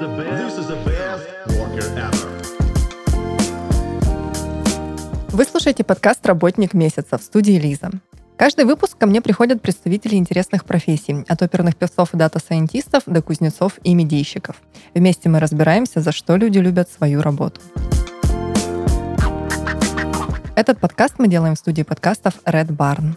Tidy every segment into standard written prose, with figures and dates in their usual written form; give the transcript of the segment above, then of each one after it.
the best worker ever. Вы слушаете подкаст «Работник месяца» в студии Лиза. Каждый выпуск ко мне приходят представители интересных профессий, от оперных певцов и дата-сайентистов до кузнецов и медийщиков. Вместе мы разбираемся, за что люди любят свою работу. Этот подкаст мы делаем в студии подкастов Red Barn.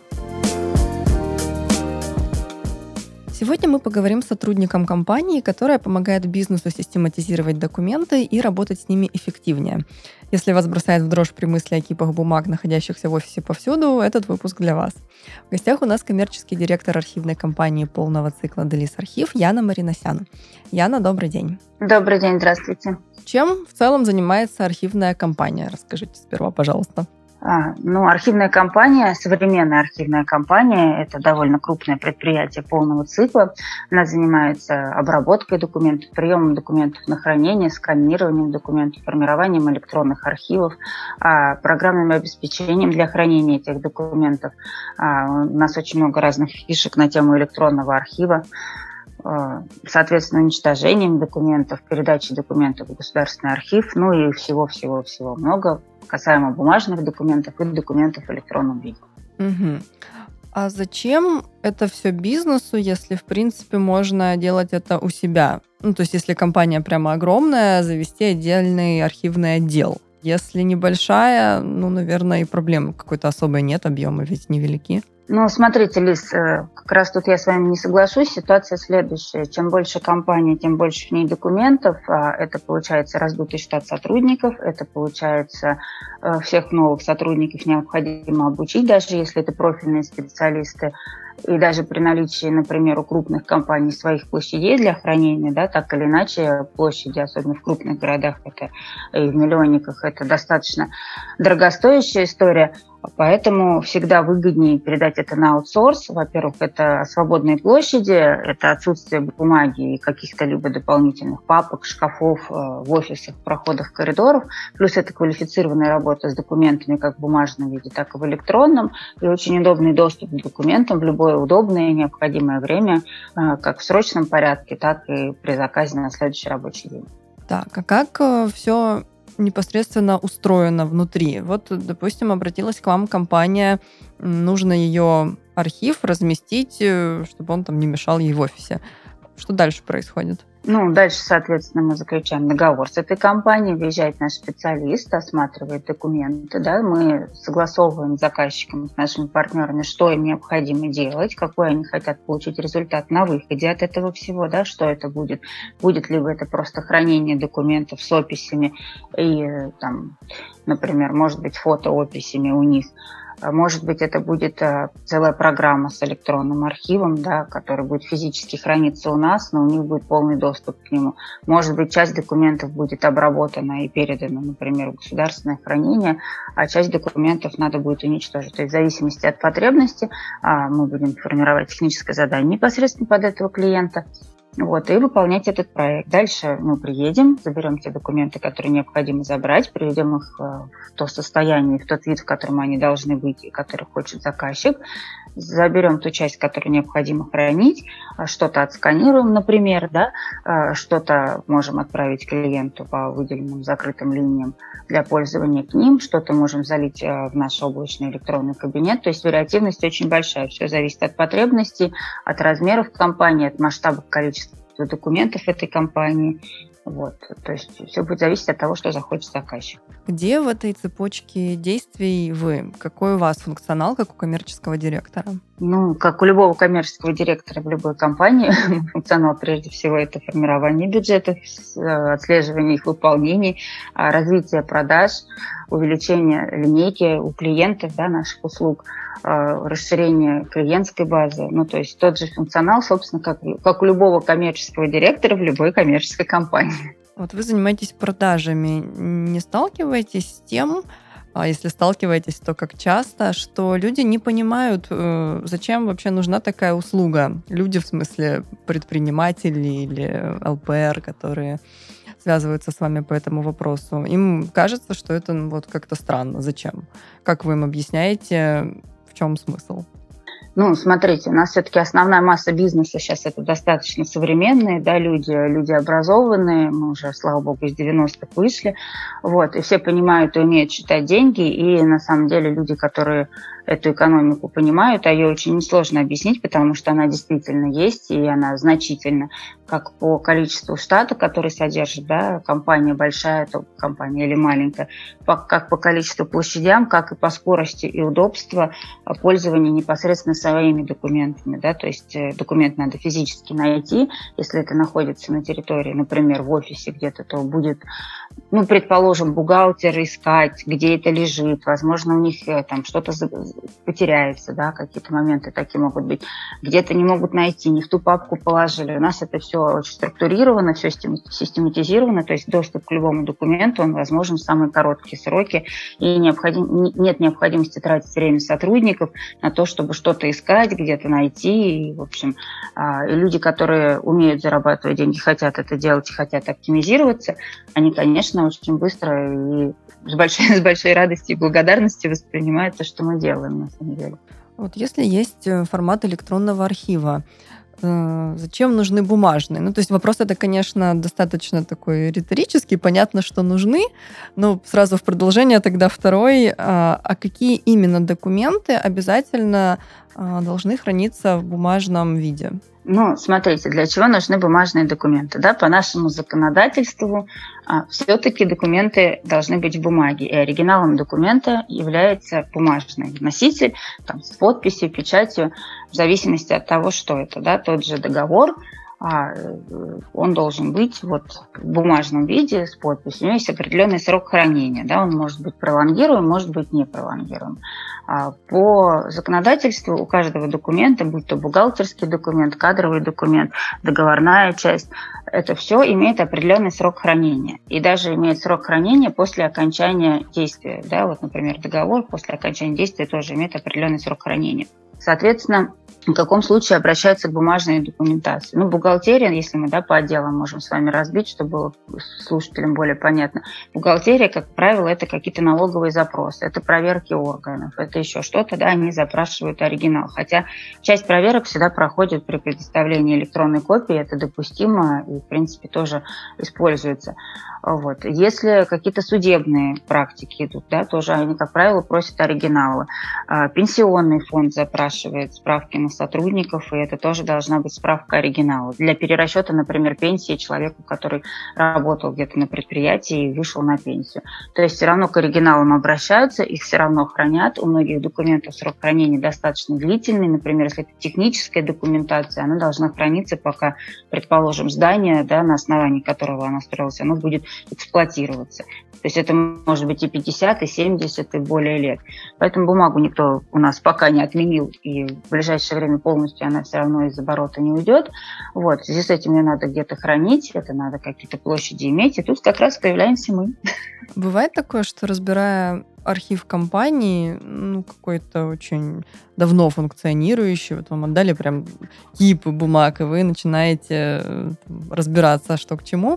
Сегодня мы поговорим с сотрудником компании, которая помогает бизнесу систематизировать документы и работать с ними эффективнее. Если вас бросает в дрожь при мысли о кипах бумаг, находящихся в офисе повсюду, этот выпуск для вас. В гостях у нас коммерческий директор архивной компании полного цикла «Делис Архив» Яна Мариносян. Яна, добрый день. Добрый день, здравствуйте. Чем в целом занимается архивная компания? Расскажите сперва, пожалуйста. Архивная компания, современная архивная компания, это довольно крупное предприятие полного цикла. Она занимается обработкой документов, приемом документов на хранение, сканированием документов, формированием электронных архивов, программным обеспечением для хранения этих документов. У нас очень много разных фишек на тему электронного архива. Соответственно, уничтожением документов, передачей документов в государственный архив, и всего-всего-всего много касаемо бумажных документов и документов в электронном виде. Угу. А зачем это все бизнесу, если, в принципе, можно делать это у себя? То есть, если компания прямо огромная, завести отдельный архивный отдел. Если небольшая, наверное, и проблем какой-то особой нет, объемы ведь невелики. Смотрите, Лиз, как раз тут я с вами не соглашусь. Ситуация следующая. Чем больше компания, тем больше в ней документов. Это получается раздутый штат сотрудников, это получается всех новых сотрудников необходимо обучить, даже если это профильные специалисты. И даже при наличии, например, у крупных компаний своих площадей для хранения, так или иначе, площади, особенно в крупных городах и в миллионниках, это достаточно дорогостоящая история. Поэтому всегда выгоднее передать это на аутсорс. Во-первых, это свободные площади, это отсутствие бумаги и каких-то либо дополнительных папок, шкафов в офисах, проходах, коридорах. Плюс это квалифицированная работа с документами как в бумажном виде, так и в электронном. И очень удобный доступ к документам в любое удобное и необходимое время, как в срочном порядке, так и при заказе на следующий рабочий день. Так, а как все непосредственно устроено внутри? Вот, допустим, обратилась к вам компания, нужно ее архив разместить, чтобы он там не мешал ей в офисе. Что дальше происходит? Дальше, соответственно, мы заключаем договор с этой компанией, выезжает наш специалист, осматривает документы, мы согласовываем с заказчиком, с нашими партнерами, что им необходимо делать, какой они хотят получить результат на выходе от этого всего, что это будет. Будет либо это просто хранение документов с описями и, например, может быть, фотоописями у них. Может быть, это будет целая программа с электронным архивом, который будет физически храниться у нас, но у них будет полный доступ к нему. Может быть, часть документов будет обработана и передана, например, в государственное хранение, а часть документов надо будет уничтожить. То есть в зависимости от потребности мы будем формировать техническое задание непосредственно под этого клиента. И выполнять этот проект. Дальше мы приедем, заберем те документы, которые необходимо забрать, приведем их в то состояние, в тот вид, в котором они должны быть и который хочет заказчик. Заберем ту часть, которую необходимо хранить, что-то отсканируем, например, что-то можем отправить клиенту по выделенным закрытым линиям для пользования к ним, что-то можем залить в наш облачный электронный кабинет. То есть вариативность очень большая. Все зависит от потребностей, от размеров компании, от масштаба количества документов этой компании. То есть все будет зависеть от того, что захочет заказчик. Где в этой цепочке действий вы? Какой у вас функционал, как у коммерческого директора? Как у любого коммерческого директора в любой компании, функционал прежде всего это формирование бюджетов, отслеживание их выполнений, развитие продаж, увеличение линейки у клиентов, наших услуг, расширение клиентской базы. То есть тот же функционал, собственно, как у любого коммерческого директора в любой коммерческой компании. Вы занимаетесь продажами. Не сталкиваетесь с тем, а если сталкиваетесь, то как часто, что люди не понимают, зачем вообще нужна такая услуга? Люди, в смысле предприниматели или ЛПР, которые связываются с вами по этому вопросу. Им кажется, что это как-то странно. Зачем? Как вы им объясняете, в чем смысл? Ну, смотрите, у нас все-таки основная масса бизнеса сейчас это достаточно современные, да, люди образованные, мы уже, слава богу, из 90-х вышли, вот, и все понимают и умеют считать деньги, и на самом деле люди, которые эту экономику понимают, а ее очень несложно объяснить, потому что она действительно есть, и она значительна, как по количеству штата, который содержит, да, компания большая, то компания или маленькая, как по количеству площадям, как и по скорости и удобству пользования непосредственно своими документами, да, то есть документ надо физически найти, если это находится на территории, например, в офисе где-то, то будет, ну, предположим, бухгалтер искать, где это лежит, возможно, у них там что-то потеряется, да, какие-то моменты такие могут быть, где-то не могут найти, не в ту папку положили. У нас это все очень структурировано, все систематизировано, то есть доступ к любому документу, он возможен в самые короткие сроки, и нет необходимости тратить время сотрудников на то, чтобы что-то искать, где-то найти, и, в общем, и люди, которые умеют зарабатывать деньги, хотят это делать и хотят оптимизироваться, они, конечно, очень быстро и с большой радостью и благодарностью воспринимают то, что мы делаем, на самом деле. Вот если есть формат электронного архива, зачем нужны бумажные? Ну, то есть вопрос это, конечно, достаточно такой риторический, понятно, что нужны, но сразу в продолжение тогда второй, а какие именно документы обязательно должны храниться в бумажном виде? Ну, смотрите, для чего нужны бумажные документы? Да? По нашему законодательству все-таки документы должны быть в бумаге, и оригиналом документа является бумажный носитель там, с подписью, печатью, в зависимости от того, что это. Да? Тот же договор, он должен быть вот в бумажном виде с подписью. У него есть определенный срок хранения. Да? Он может быть пролонгируем, может быть не пролонгируем. По законодательству у каждого документа, будь то бухгалтерский документ, кадровый документ, договорная часть, это все имеет определенный срок хранения. И даже имеет срок хранения после окончания действия. Да? Вот, например, договор после окончания действия тоже имеет определенный срок хранения. Соответственно, в каком случае обращаются к бумажной документации? Ну, бухгалтерия, если мы, да, по отделам можем с вами разбить, чтобы было слушателям более понятно. Бухгалтерия, как правило, это какие-то налоговые запросы, это проверки органов, это еще что-то, да, они запрашивают оригинал. Хотя часть проверок всегда проходит при предоставлении электронной копии, это допустимо и, в принципе, тоже используется. Вот. Если какие-то судебные практики идут, да, тоже они, как правило, просят оригиналы. Пенсионный фонд запрашивает справки на сотрудников, и это тоже должна быть справка оригинала. Для перерасчета, например, пенсии человеку, который работал где-то на предприятии и вышел на пенсию. То есть все равно к оригиналам обращаются, их все равно хранят. У многих документов срок хранения достаточно длительный. Например, если это техническая документация, она должна храниться, пока, предположим, здание, да, на основании которого она строилась, оно будет эксплуатироваться. То есть это может быть и 50, и 70, и более лет. Поэтому бумагу никто у нас пока не отменил, и в ближайшее время полностью она все равно из оборота не уйдет. Вот. В связи с этим ее надо где-то хранить, это надо какие-то площади иметь, и тут как раз появляемся мы. Бывает такое, что, разбирая архив компании, ну, какой-то очень давно функционирующий, вот вам отдали прям кипы бумаг, и вы начинаете разбираться, что к чему,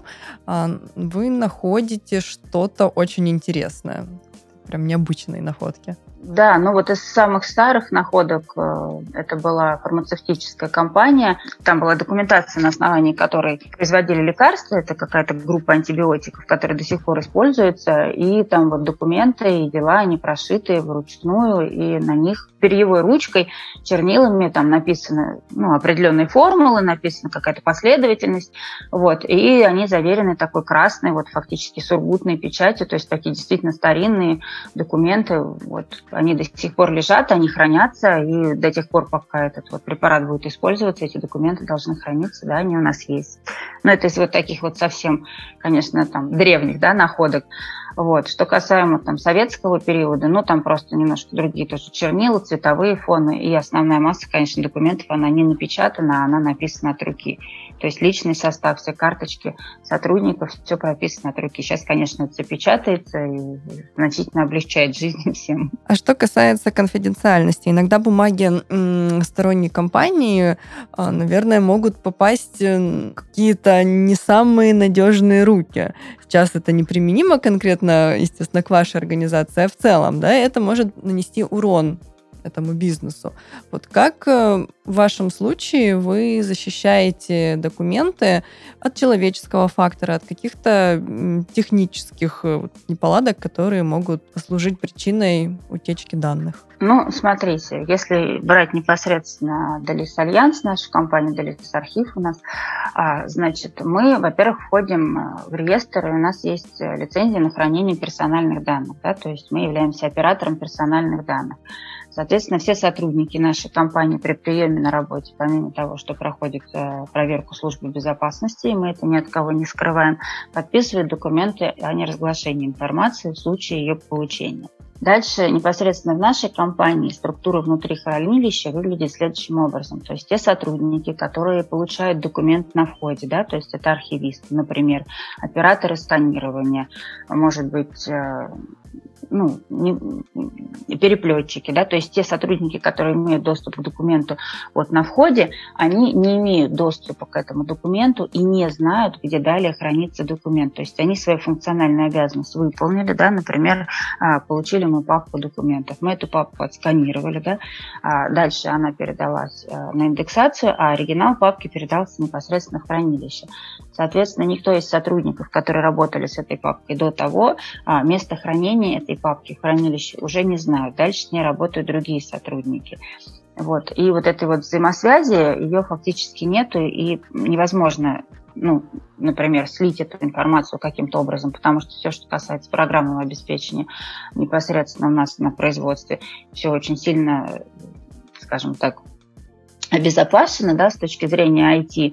вы находите что-то очень интересное, прям необычные находки. Да, ну вот из самых старых находок это была фармацевтическая компания. Там была документация, на основании которой производили лекарства. Это какая-то группа антибиотиков, которые до сих пор используются. И там вот документы и дела, они прошиты вручную, и на них перьевой ручкой, чернилами там написаны определенные формулы, написана какая-то последовательность. Вот, и они заверены такой красной, вот фактически сургутной печатью. То есть такие действительно старинные документы. Вот, они до сих пор лежат, они хранятся, и до тех пор, пока этот вот препарат будет использоваться, эти документы должны храниться, да, они у нас есть. Но это из вот таких вот совсем, конечно, там древних, да, находок. Вот. Что касаемо там советского периода, там просто немножко другие тоже чернила, цветовые фоны, и основная масса, конечно, документов, она не напечатана, она написана от руки. То есть личный состав, все карточки сотрудников, все прописано от руки. Сейчас, конечно, это все печатается и значительно облегчает жизнь всем. А что касается конфиденциальности, иногда бумаги сторонней компании, наверное, могут попасть в какие-то не самые надежные руки. Сейчас это неприменимо конкретно, естественно, к вашей организации, а в целом, да, это может нанести урон этому бизнесу. Вот как в вашем случае вы защищаете документы от человеческого фактора, от каких-то технических неполадок, которые могут послужить причиной утечки данных? Ну, смотрите, если брать непосредственно Delis Альянс, нашу компанию Delis Архив у нас, значит, мы, во-первых, входим в реестр, и у нас есть лицензия на хранение персональных данных, да, то есть мы являемся оператором персональных данных. Соответственно, все сотрудники нашей компании при приеме на работе, помимо того, что проходят проверку службы безопасности, и мы это ни от кого не скрываем, подписывают документы о неразглашении информации в случае ее получения. Дальше непосредственно в нашей компании структура внутри хранилища выглядит следующим образом. То есть те сотрудники, которые получают документ на входе, да, то есть это архивисты, например, операторы сканирования, может быть, переплетчики, да, то есть те сотрудники, которые имеют доступ к документу вот на входе, они не имеют доступа к этому документу и не знают, где далее хранится документ. То есть они свою функциональную обязанность выполнили, да, например, получили мы папку документов, мы эту папку отсканировали, да, дальше она передалась на индексацию, а оригинал папки передался непосредственно в хранилище. Соответственно, никто из сотрудников, которые работали с этой папкой до того, место хранения этой папки в хранилище уже не знают. Дальше с ней работают другие сотрудники. Вот. И вот этой вот взаимосвязи, ее фактически нету, и невозможно, например, слить эту информацию каким-то образом, потому что все, что касается программного обеспечения непосредственно у нас на производстве, все очень сильно, скажем так, обезопасено, да, с точки зрения IT,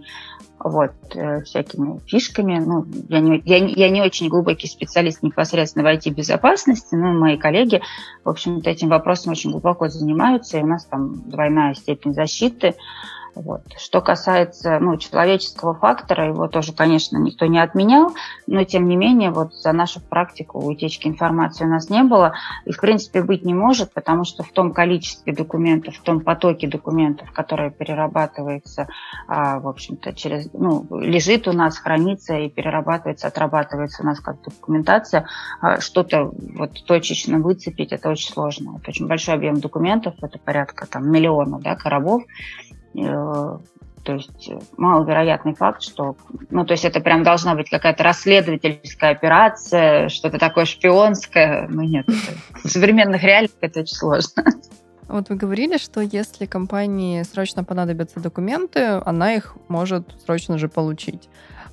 всякими фишками. Я не очень глубокий специалист непосредственно в IT-безопасности, но мои коллеги, в общем-то, этим вопросом очень глубоко занимаются, и у нас там двойная степень защиты. Что касается человеческого фактора, его тоже, конечно, никто не отменял, но, тем не менее, за нашу практику утечки информации у нас не было, и, в принципе, быть не может, потому что в том количестве документов, в том потоке документов, которые перерабатывается, в общем-то, лежит у нас, хранится и перерабатывается, отрабатывается у нас как документация, что-то точечно выцепить, это очень сложно. Это очень большой объем документов, это порядка миллиона, да, коробов. То есть маловероятный факт, что... то есть это прям должна быть какая-то расследовательская операция, что-то такое шпионское. Нет, в современных реалиях это очень сложно. Вот вы говорили, что если компании срочно понадобятся документы, она их может срочно же получить.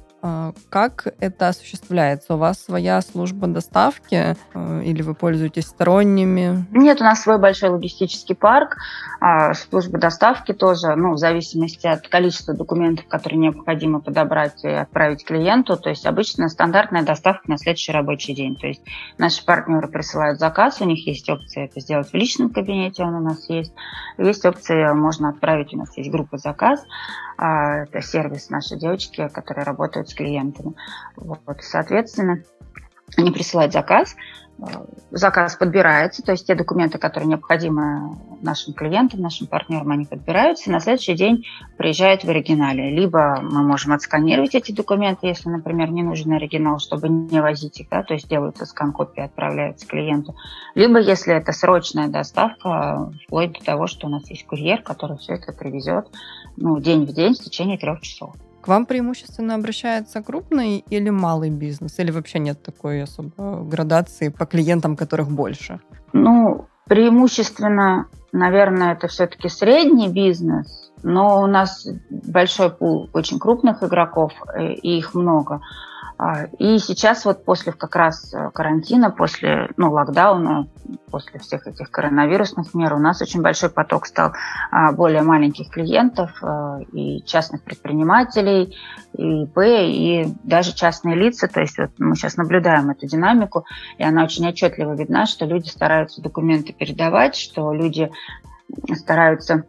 Как это осуществляется? У вас своя служба доставки или вы пользуетесь сторонними? Нет, у нас свой большой логистический парк. Служба доставки тоже, в зависимости от количества документов, которые необходимо подобрать и отправить клиенту. То есть обычно стандартная доставка на следующий рабочий день. То есть наши партнеры присылают заказ, у них есть опция это сделать в личном кабинете, он у нас есть. Есть опция, можно отправить, у нас есть группа заказ. Это сервис нашей девочки, которые работают с клиентами. Соответственно, они присылают заказ подбирается, то есть те документы, которые необходимы нашим клиентам, нашим партнерам, они подбираются, и на следующий день приезжают в оригинале. Либо мы можем отсканировать эти документы, если, например, не нужен оригинал, чтобы не возить их, да, то есть делается скан-копия, отправляется клиенту. Либо, если это срочная доставка, вплоть до того, что у нас есть курьер, который все это привезет день в день в течение 3 часов. К вам преимущественно обращается крупный или малый бизнес? Или вообще нет такой особо градации по клиентам, которых больше? Преимущественно, наверное, это все-таки средний бизнес, но у нас большой пул очень крупных игроков, и их много. И сейчас после как раз карантина, после локдауна, после всех этих коронавирусных мер у нас очень большой поток стал более маленьких клиентов и частных предпринимателей, и ИП, и даже частные лица. То есть мы сейчас наблюдаем эту динамику, и она очень отчетливо видна, что люди стараются документы передавать, что люди стараются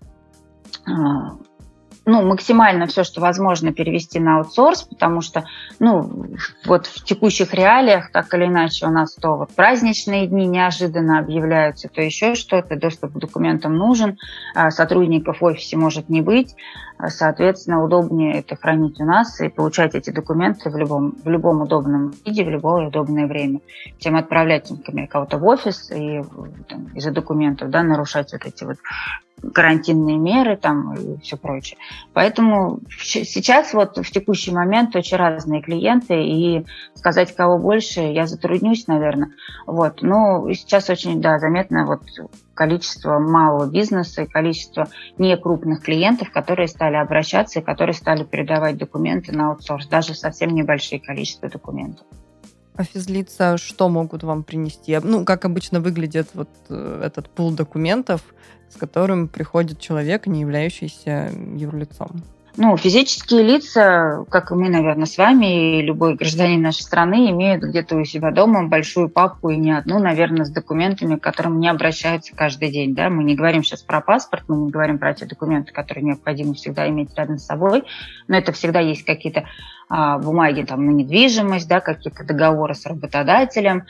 максимально все, что возможно, перевести на аутсорс, потому что, в текущих реалиях, так или иначе, у нас то праздничные дни неожиданно объявляются, то еще что-то, доступ к документам нужен, сотрудников в офисе может не быть, Соответственно, удобнее это хранить у нас и получать эти документы в любом удобном виде, в любое удобное время, чем отправлять, например, кого-то в офис и там, из-за документов, да, нарушать вот эти вот карантинные меры там и все прочее. Поэтому сейчас вот в текущий момент очень разные клиенты, и сказать, кого больше, я затруднюсь, наверное. Вот. Но сейчас очень, да, заметно вот количество малого бизнеса и количество некрупных клиентов, которые стали обращаться и которые стали передавать документы на аутсорс, даже совсем небольшие количества документов. А физлица что могут вам принести? Ну, как обычно выглядит вот этот пул документов, с которым приходит человек, не являющийся юрлицом? Ну, физические лица, как и мы, наверное, с вами, и любой гражданин нашей страны, имеют где-то у себя дома большую папку, и не одну, наверное, с документами, к которым не обращаются каждый день. Да? Мы не говорим сейчас про паспорт, мы не говорим про те документы, которые необходимо всегда иметь рядом с собой, но это всегда есть какие-то бумаги там, на недвижимость, да, какие-то договоры с работодателем,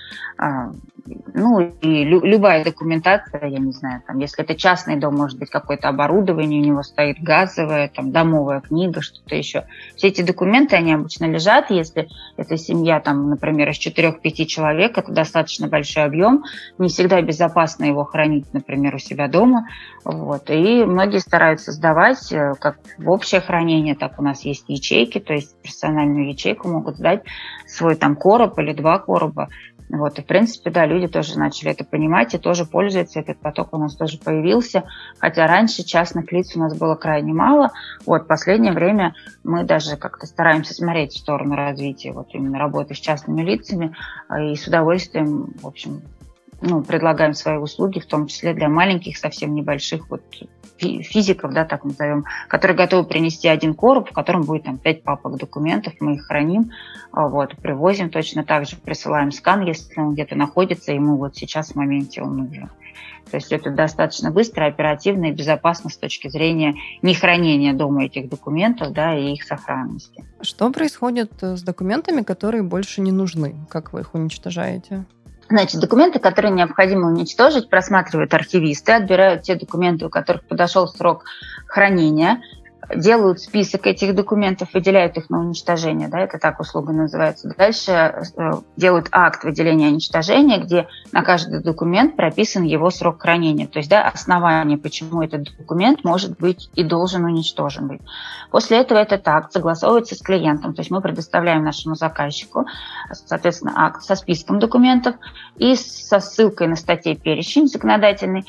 ну и любая документация, я не знаю, там, если это частный дом, может быть, какое-то оборудование, у него стоит газовая, там, домовая книга, что-то еще. Все эти документы, они обычно лежат, если это семья, там, например, из 4-5 человек, это достаточно большой объем, не всегда безопасно его хранить, например, у себя дома, вот, и многие стараются сдавать как в общее хранение, так у нас есть ячейки, то есть персональную ячейку могут сдать свой там короб или 2 короба. Вот, и, в принципе, да, люди тоже начали это понимать и тоже пользуются. Этот поток у нас тоже появился. Хотя раньше частных лиц у нас было крайне мало. Вот, в последнее время мы даже как-то стараемся смотреть в сторону развития вот именно работы с частными лицами. И с удовольствием, в общем, ну, предлагаем свои услуги, в том числе для маленьких, совсем небольших вот физиков, да, так назовем, которые готовы принести 1 короб, в котором будет там 5 папок документов, мы их храним, вот, привозим точно так же, присылаем скан, если он где-то находится, и ему вот сейчас в моменте он нужен. То есть это достаточно быстро, оперативно и безопасно с точки зрения не хранения дома этих документов, да, и их сохранности. Что происходит с документами, которые больше не нужны? Как вы их уничтожаете? Значит, документы, которые необходимо уничтожить, просматривают архивисты, отбирают те документы, у которых подошел срок хранения, делают список этих документов, выделяют их на уничтожение, да, это так услуга называется. Дальше делают акт выделения и уничтожения, где на каждый документ прописан его срок хранения, то есть, да, основание, почему этот документ может быть и должен уничтожен быть. После этого этот акт согласовывается с клиентом, то есть мы предоставляем нашему заказчику, соответственно, акт со списком документов и со ссылкой на статей перечень законодательный,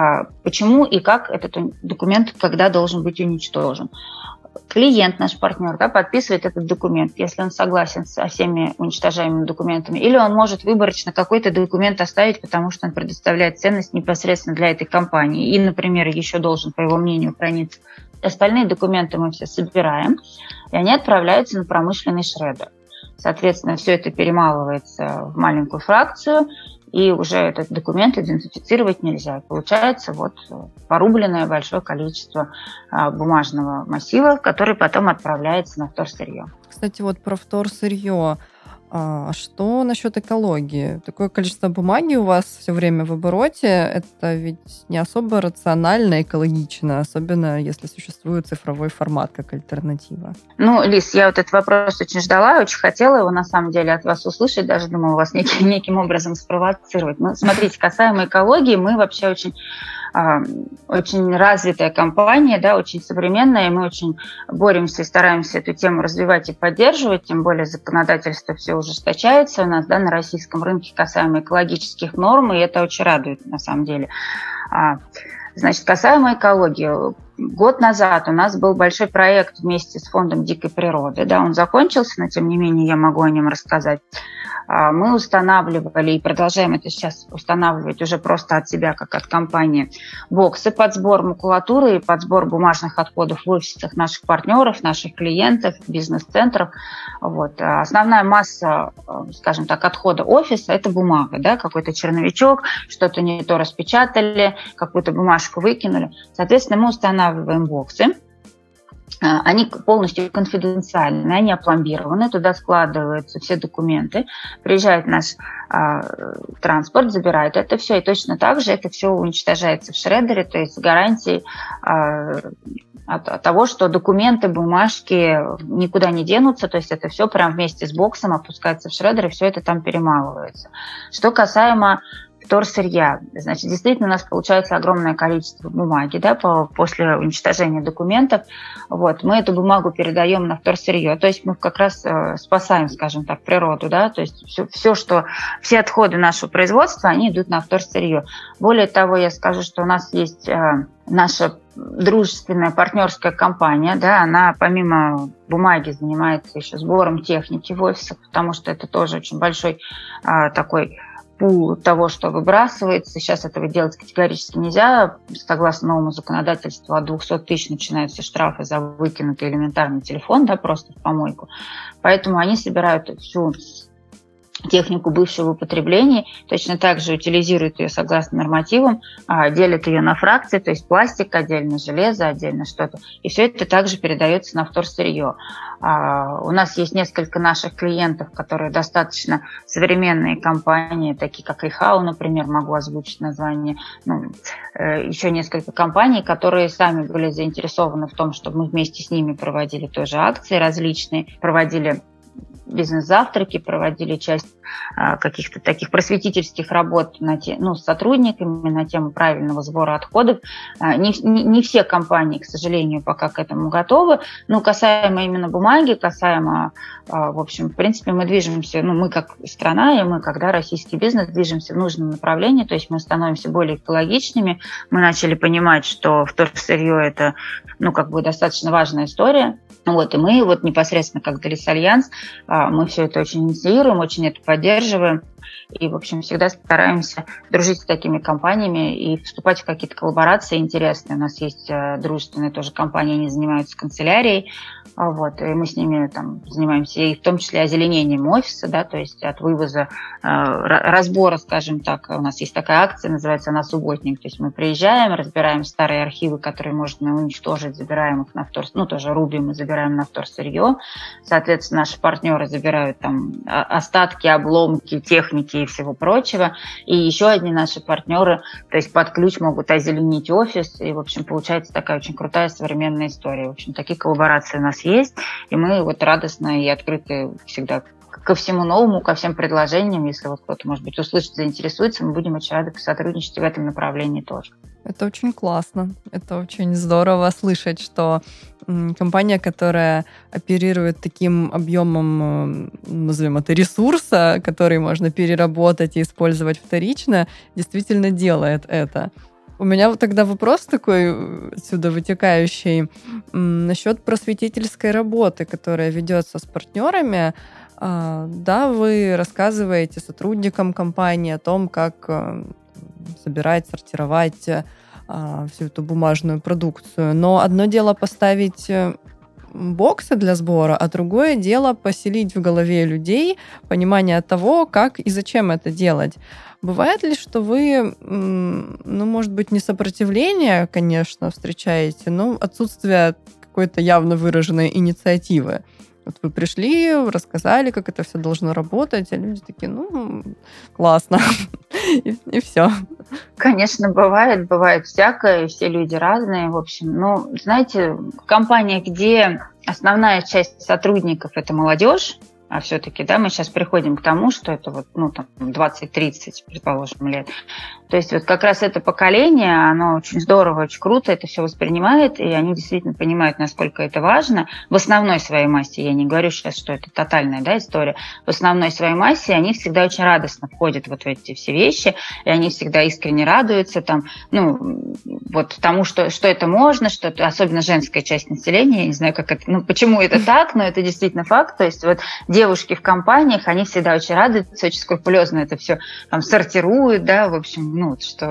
почему и как этот документ, когда должен быть уничтожен. Клиент, наш партнер, да, подписывает этот документ, если он согласен со всеми уничтожаемыми документами, или он может выборочно какой-то документ оставить, потому что он предоставляет ценность непосредственно для этой компании и, например, еще должен, по его мнению, храниться. Остальные документы мы все собираем, и они отправляются на промышленный шредер. Соответственно, все это перемалывается в маленькую фракцию, и уже этот документ идентифицировать нельзя. Получается вот порубленное большое количество бумажного массива, который потом отправляется на вторсырье. Кстати, вот про вторсырье. А что насчет экологии? Такое количество бумаги у вас все время в обороте, это ведь не особо рационально, экологично, особенно если существует цифровой формат как альтернатива. Ну, Лиз, я вот этот вопрос очень ждала, очень хотела его на самом деле от вас услышать, даже думала вас неким образом спровоцировать. Ну, смотрите, касаемо экологии, мы вообще очень развитая компания, да, очень современная, и мы очень боремся и стараемся эту тему развивать и поддерживать, тем более законодательство все ужесточается у нас, да, на российском рынке касаемо экологических норм, и это очень радует на самом деле. Значит, касаемо экологии, год назад у нас был большой проект вместе с Фондом дикой природы, да, он закончился, но тем не менее я могу о нем рассказать. Мы устанавливали и продолжаем это сейчас устанавливать уже просто от себя, как от компании, боксы под сбор макулатуры и под сбор бумажных отходов в офисах наших партнеров, наших клиентов, бизнес-центров. Вот. Основная масса, скажем так, отхода офиса – это бумага, да, какой-то черновичок, что-то не то распечатали, какую-то бумажку выкинули. Соответственно, мы устанавливаем боксы. Они полностью конфиденциальны, они опломбированы, туда складываются все документы, приезжает наш транспорт, забирает это все, и точно так же это все уничтожается в шредере, то есть с гарантией от того, что документы, бумажки никуда не денутся, то есть это все прям вместе с боксом опускается в шреддер, и все это там перемалывается. Что касаемо вторсырья. Значит, действительно у нас получается огромное количество бумаги, да, после уничтожения документов. Вот, мы эту бумагу передаем на вторсырье, то есть мы как раз спасаем, скажем так, природу, да, то есть все отходы нашего производства, они идут на вторсырье. Более того, я скажу, что у нас есть наша дружественная партнерская компания, да, она помимо бумаги занимается еще сбором техники в офисах, потому что это тоже очень большой такой пул того, что выбрасывается. Сейчас этого делать категорически нельзя. Согласно новому законодательству, от 200 тысяч начинаются штрафы за выкинутый элементарный телефон, да, просто в помойку. Поэтому они собирают всю технику бывшего употребления, точно так же утилизируют ее согласно нормативам, делят ее на фракции, то есть пластик отдельно, железо отдельно, что-то. И все это также передается на вторсырье. У нас есть несколько наших клиентов, которые достаточно современные компании, такие как Рихау, например, могу озвучить название, еще несколько компаний, которые сами были заинтересованы в том, чтобы мы вместе с ними проводили тоже акции различные, проводили бизнес-завтраки, проводили часть каких-то таких просветительских работ с сотрудниками на тему правильного сбора отходов. Не все компании, к сожалению, пока к этому готовы. Но касаемо именно бумаги, касаемо, в общем, в принципе, мы движемся, мы как страна, и мы, когда российский бизнес, движемся в нужном направлении, то есть мы становимся более экологичными. Мы начали понимать, что вторсырье – это, достаточно важная история. Вот, и мы непосредственно как Делис Альянс, мы все это очень инициируем, очень это поддерживаем. И, в общем, всегда стараемся дружить с такими компаниями и вступать в какие-то коллаборации интересные. У нас есть дружественные тоже компании, они занимаются канцелярией, и мы с ними занимаемся, и в том числе озеленением офиса, да, то есть от вывоза, разбора, скажем так. У нас есть такая акция, называется она «Субботник». То есть мы приезжаем, разбираем старые архивы, которые можно уничтожить, забираем их на тоже рубим и забираем на вторсырье. Соответственно, наши партнеры забирают остатки, обломки, техники и всего прочего. И еще одни наши партнеры, то есть под ключ могут озеленить офис. И, в общем, получается такая очень крутая современная история. В общем, такие коллаборации у нас есть. И мы радостно и открыты всегда ко всему новому, ко всем предложениям. Если кто-то, может быть, услышит, заинтересуется, мы будем очень рады сотрудничать в этом направлении тоже. Это очень классно. Это очень здорово слышать, что компания, которая оперирует таким объемом, назовем это, ресурса, который можно переработать и использовать вторично, действительно делает это. У меня тогда вопрос такой отсюда вытекающий насчет просветительской работы, которая ведется с партнерами. Да, вы рассказываете сотрудникам компании о том, как собирать, сортировать всю эту бумажную продукцию. Но одно дело поставить боксы для сбора, а другое дело поселить в голове людей понимание того, как и зачем это делать. Бывает ли, что вы, может быть, не сопротивление, конечно, встречаете, но отсутствие какой-то явно выраженной инициативы? Вы пришли, рассказали, как это все должно работать, а люди такие, классно, и все. Конечно, бывает всякое, все люди разные, в общем. Знаете, в компаниях, где основная часть сотрудников – это молодежь, а все-таки, да, мы сейчас приходим к тому, что это 20-30, предположим, лет. То есть как раз это поколение, оно очень здорово, очень круто это все воспринимает, и они действительно понимают, насколько это важно. В основной своей массе, я не говорю сейчас, что это тотальная, да, история, в основной своей массе они всегда очень радостно входят в эти все вещи, и они всегда искренне радуются тому, что это можно, что это, особенно женская часть населения, я не знаю, как это, почему это так, но это действительно факт. То есть девушки в компаниях, они всегда очень радуются, очень скрупулезно это все сортируют, да, в общем,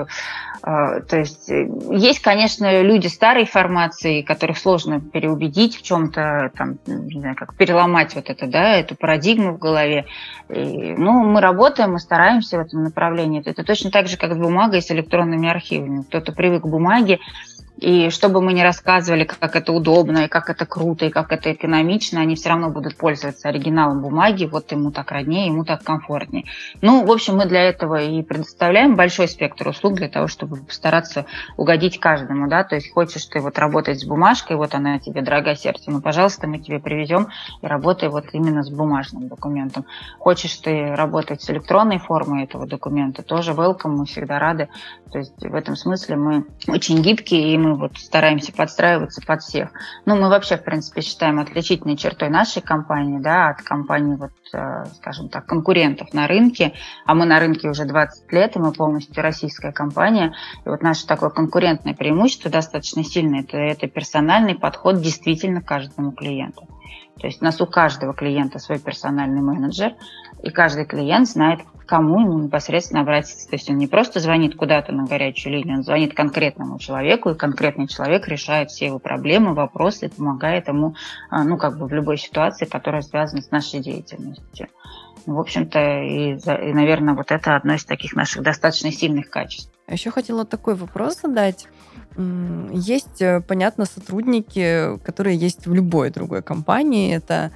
то есть есть, конечно, люди старой формации, которых сложно переубедить в чем-то, не знаю, как переломать эту парадигму в голове. Мы работаем, мы стараемся в этом направлении. Это точно так же, как с бумагой, с электронными архивами. Кто-то привык к бумаге, И что бы мы ни рассказывали, как это удобно, и как это круто, и как это экономично, они все равно будут пользоваться оригиналом бумаги, вот ему так роднее, ему так комфортнее. Ну, в общем, мы для этого и предоставляем большой спектр услуг для того, чтобы постараться угодить каждому, да, то есть хочешь ты вот работать с бумажкой, вот она тебе дорога сердцу, ну, пожалуйста, мы тебе привезем и работай вот именно с бумажным документом. Хочешь ты работать с электронной формой этого документа, тоже welcome, мы всегда рады. То есть в этом смысле мы очень гибкие, и мы вот стараемся подстраиваться под всех. Ну, мы вообще, в принципе, считаем отличительной чертой нашей компании, да, от компаний, вот, скажем так, конкурентов на рынке, а мы на рынке уже 20 лет, и мы полностью российская компания. И вот наше такое конкурентное преимущество достаточно сильное, это персональный подход действительно к каждому клиенту. То есть у нас у каждого клиента свой персональный менеджер, и каждый клиент знает, к кому ему непосредственно обратиться. То есть он не просто звонит куда-то на горячую линию, он звонит конкретному человеку, и конкретный человек решает все его проблемы, вопросы и помогает ему, ну, как бы в любой ситуации, которая связана с нашей деятельностью. В общем-то, и наверное, вот это одно из таких наших достаточно сильных качеств. Еще хотела такой вопрос задать. Есть, понятно, сотрудники, которые есть в любой другой компании. Это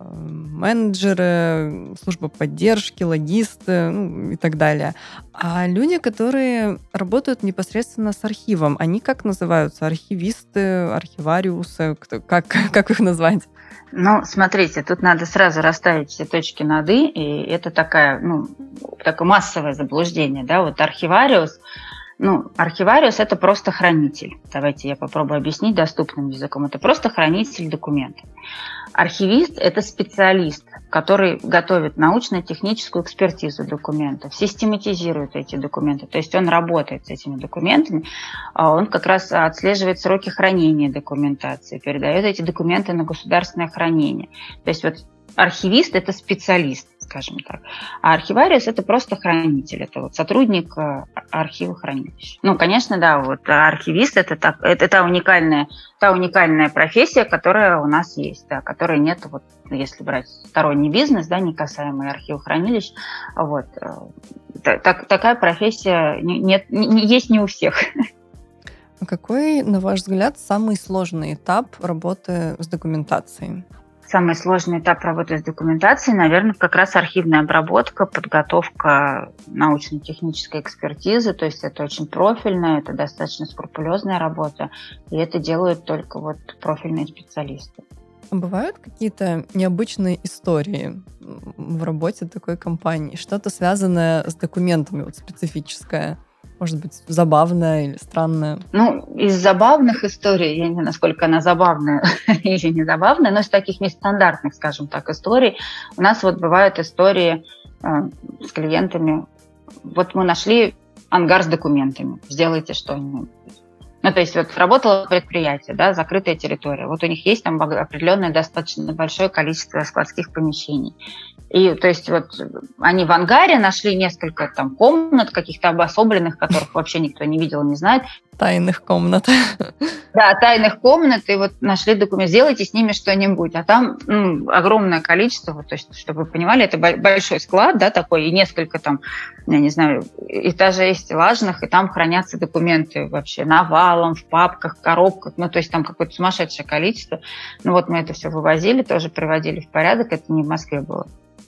менеджеры, служба поддержки, логисты, ну, и так далее. А люди, которые работают непосредственно с архивом, они как называются? Архивисты, архивариусы? Как их назвать? Ну, смотрите, тут надо сразу расставить все точки над «и», и это такое массовое заблуждение, да, вот архивариус, архивариус – это просто хранитель. Давайте я попробую объяснить доступным языком. Это просто хранитель документов. Архивист – это специалист, который готовит научно-техническую экспертизу документов, систематизирует эти документы. То есть он работает с этими документами, он как раз отслеживает сроки хранения документации, передает эти документы на государственное хранение. То есть вот архивист – это специалист, скажем так. А архивариус – это просто хранитель, это вот сотрудник архива хранилища. Ну, конечно, да, вот архивист – это та уникальная профессия, которая у нас есть, да, которой нет, вот, если брать сторонний бизнес, да, не касаемый архива хранилищ, вот, такая профессия есть не у всех. Какой, на ваш взгляд, самый сложный этап работы с документацией? Самый сложный этап работы с документацией, наверное, как раз архивная обработка, подготовка научно-технической экспертизы. То есть это очень профильная, это достаточно скрупулезная работа, и это делают только вот профильные специалисты. Бывают какие-то необычные истории в работе такой компании? Что-то связанное с документами, вот специфическое? Может быть, забавная или странная? Ну, из забавных историй, я не знаю, насколько она забавная или не забавная, но из таких нестандартных, скажем так, историй, у нас вот бывают истории с клиентами. Вот мы нашли ангар с документами, сделайте что-нибудь. Ну, то есть вот работало предприятие, да, закрытая территория. Вот у них есть там определенное достаточно большое количество складских помещений. И то есть вот они в ангаре нашли несколько там комнат каких-то обособленных, которых вообще никто не видел, не знает. Тайных комнат. Да, тайных комнат, и вот нашли документ, сделайте с ними что-нибудь. А там огромное количество, вот, то есть, чтобы вы понимали, это большой склад, да, такой, и несколько там, я не знаю, этажей стеллажных, и там хранятся документы вообще навалом, в папках, в коробках, ну, то есть там какое-то сумасшедшее количество. Ну, вот мы это все вывозили, тоже приводили в порядок, это не в Москве было.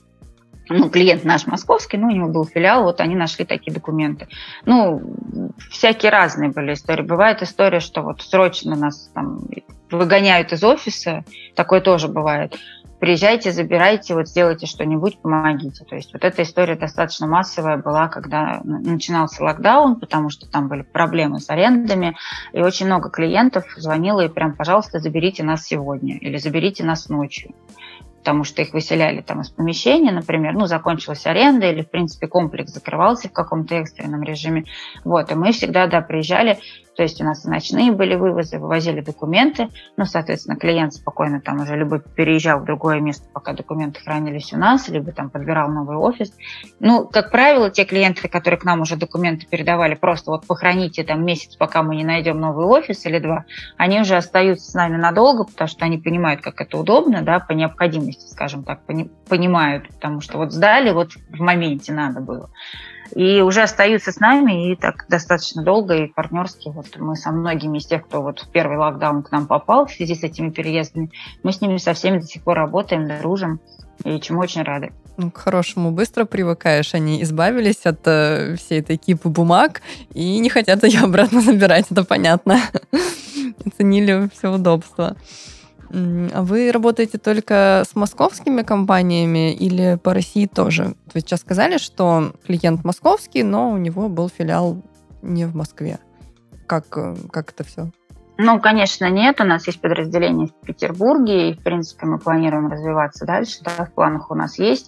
Ну, клиент наш московский, у него был филиал, вот они нашли такие документы. Ну, всякие разные были истории. Бывает история, что вот срочно нас там выгоняют из офиса, такое тоже бывает. Приезжайте, забирайте, вот сделайте что-нибудь, помогите. То есть вот эта история достаточно массовая была, когда начинался локдаун, потому что там были проблемы с арендами, и очень много клиентов звонило и прям, пожалуйста, заберите нас сегодня или заберите нас ночью. Потому что их выселяли там из помещения, например, закончилась аренда или, в принципе, комплекс закрывался в каком-то экстренном режиме. Вот, и мы всегда, да, приезжали, то есть у нас и ночные были вывозы, вывозили документы, соответственно, клиент спокойно там уже либо переезжал в другое место, пока документы хранились у нас, либо там подбирал новый офис. Как правило, те клиенты, которые к нам уже документы передавали, просто вот похраните там месяц, пока мы не найдем новый офис или два, они уже остаются с нами надолго, потому что они понимают, как это удобно, да, по необходимости, скажем так, понимают, потому что вот сдали, вот в моменте надо было. и уже остаются с нами и так достаточно долго и партнерски. Вот мы со многими из тех, кто вот в первый локдаун к нам попал в связи с этими переездами, мы с ними со всеми до сих пор работаем, дружим, и чему очень рады. К хорошему быстро привыкаешь. Они избавились от всей этой кипы бумаг и не хотят ее обратно забирать, это понятно. Ценили все удобства. А вы работаете только с московскими компаниями или по России тоже? Вы сейчас сказали, что клиент московский, но у него был филиал не в Москве. Как это все? Ну, конечно, нет. У нас есть подразделение в Петербурге, и, в принципе, мы планируем развиваться дальше. Да, в планах у нас есть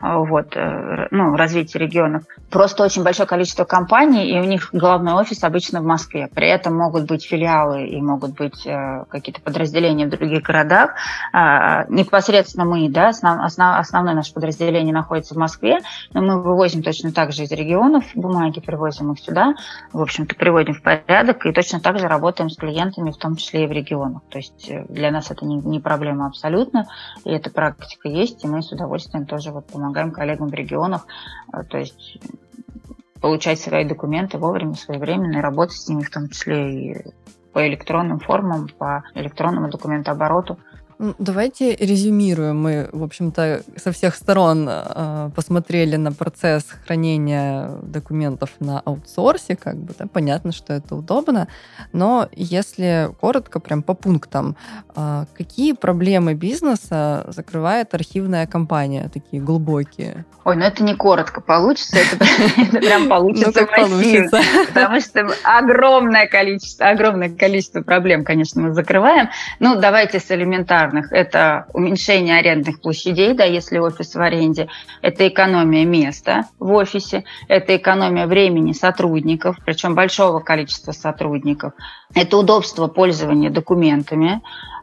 развитие регионов. Просто очень большое количество компаний, и у них главный офис обычно в Москве. При этом могут быть филиалы и могут быть какие-то подразделения в других городах. Непосредственно мы, да, основное наше подразделение находится в Москве, но мы вывозим точно так же из регионов бумаги, привозим их сюда, в общем-то, приводим в порядок, и точно так же работаем с клиентами, в том числе и в регионах. То есть для нас это не проблема абсолютно, и эта практика есть, и мы с удовольствием тоже помогаем коллегам в регионах, то есть получать свои документы вовремя, своевременно, и работать с ними, в том числе и по электронным формам, по электронному документообороту. Давайте резюмируем. Мы, в общем-то, со всех сторон посмотрели на процесс хранения документов на аутсорсе, понятно, что это удобно, но если коротко, прям по пунктам, какие проблемы бизнеса закрывает архивная компания, такие глубокие? Ой, это не коротко получится, это прям получится массивно, потому что огромное количество проблем, конечно, мы закрываем. Давайте с элементарных. Это уменьшение арендных площадей, да, если офис в аренде, это экономия места в офисе, это экономия времени сотрудников, причем большого количества сотрудников, это удобство пользования документами,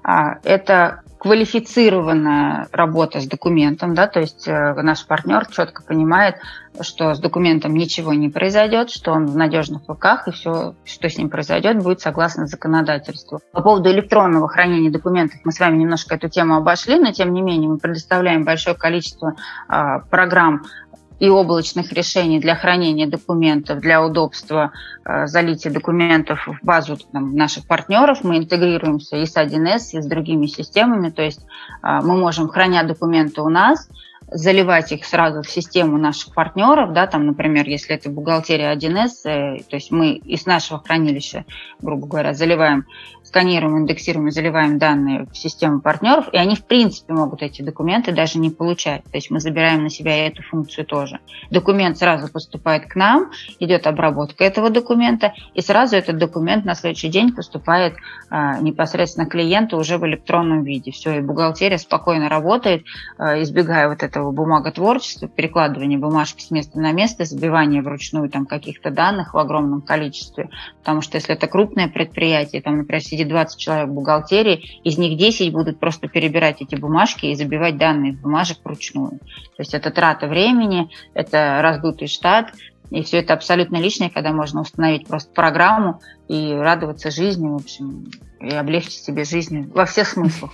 это квалифицированная работа с документом, да, то есть наш партнер четко понимает, что с документом ничего не произойдет, что он в надежных руках, и все, что с ним произойдет, будет согласно законодательству. По поводу электронного хранения документов мы с вами немножко эту тему обошли, но тем не менее мы предоставляем большое количество программ и облачных решений для хранения документов, для удобства залития документов в базу наших партнеров. Мы интегрируемся и с 1С, и с другими системами. То есть мы можем, храня документы у нас, заливать их сразу в систему наших партнеров, да, например, если это бухгалтерия 1С, то есть мы из нашего хранилища, грубо говоря, сканируем, индексируем и заливаем данные в систему партнеров, и они, в принципе, могут эти документы даже не получать. То есть мы забираем на себя и эту функцию тоже. Документ сразу поступает к нам, идет обработка этого документа, и сразу этот документ на следующий день поступает непосредственно клиенту уже в электронном виде. Все, и бухгалтерия спокойно работает, избегая этого бумаготворчества, перекладывания бумажки с места на место, забивания вручную каких-то данных в огромном количестве. Потому что если это крупное предприятие, например, сидит 20 человек в бухгалтерии, из них 10 будут просто перебирать эти бумажки и забивать данные в бумажек вручную. То есть это трата времени, это раздутый штат, и все это абсолютно лишнее, когда можно установить просто программу и радоваться жизни, в общем, и облегчить себе жизнь во всех смыслах.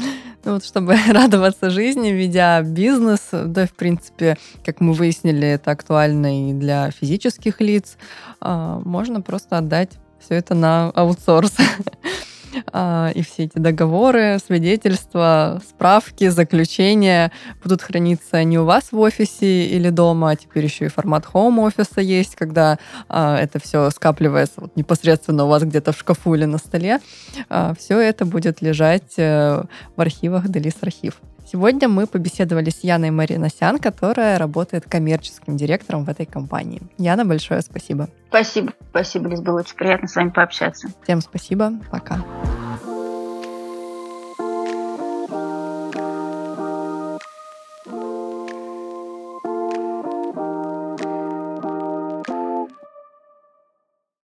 Чтобы радоваться жизни, ведя бизнес, да, в принципе, как мы выяснили, это актуально и для физических лиц, можно просто отдать все это на аутсорс. И все эти договоры, свидетельства, справки, заключения будут храниться не у вас в офисе или дома, а теперь еще и формат хоум-офиса есть, когда это все скапливается непосредственно у вас где-то в шкафу или на столе. Все это будет лежать в архивах Делис Архив. Сегодня мы побеседовали с Яной Мариносян, которая работает коммерческим директором в этой компании. Яна, большое спасибо. Спасибо, Лиз, было очень приятно с вами пообщаться. Всем спасибо, пока.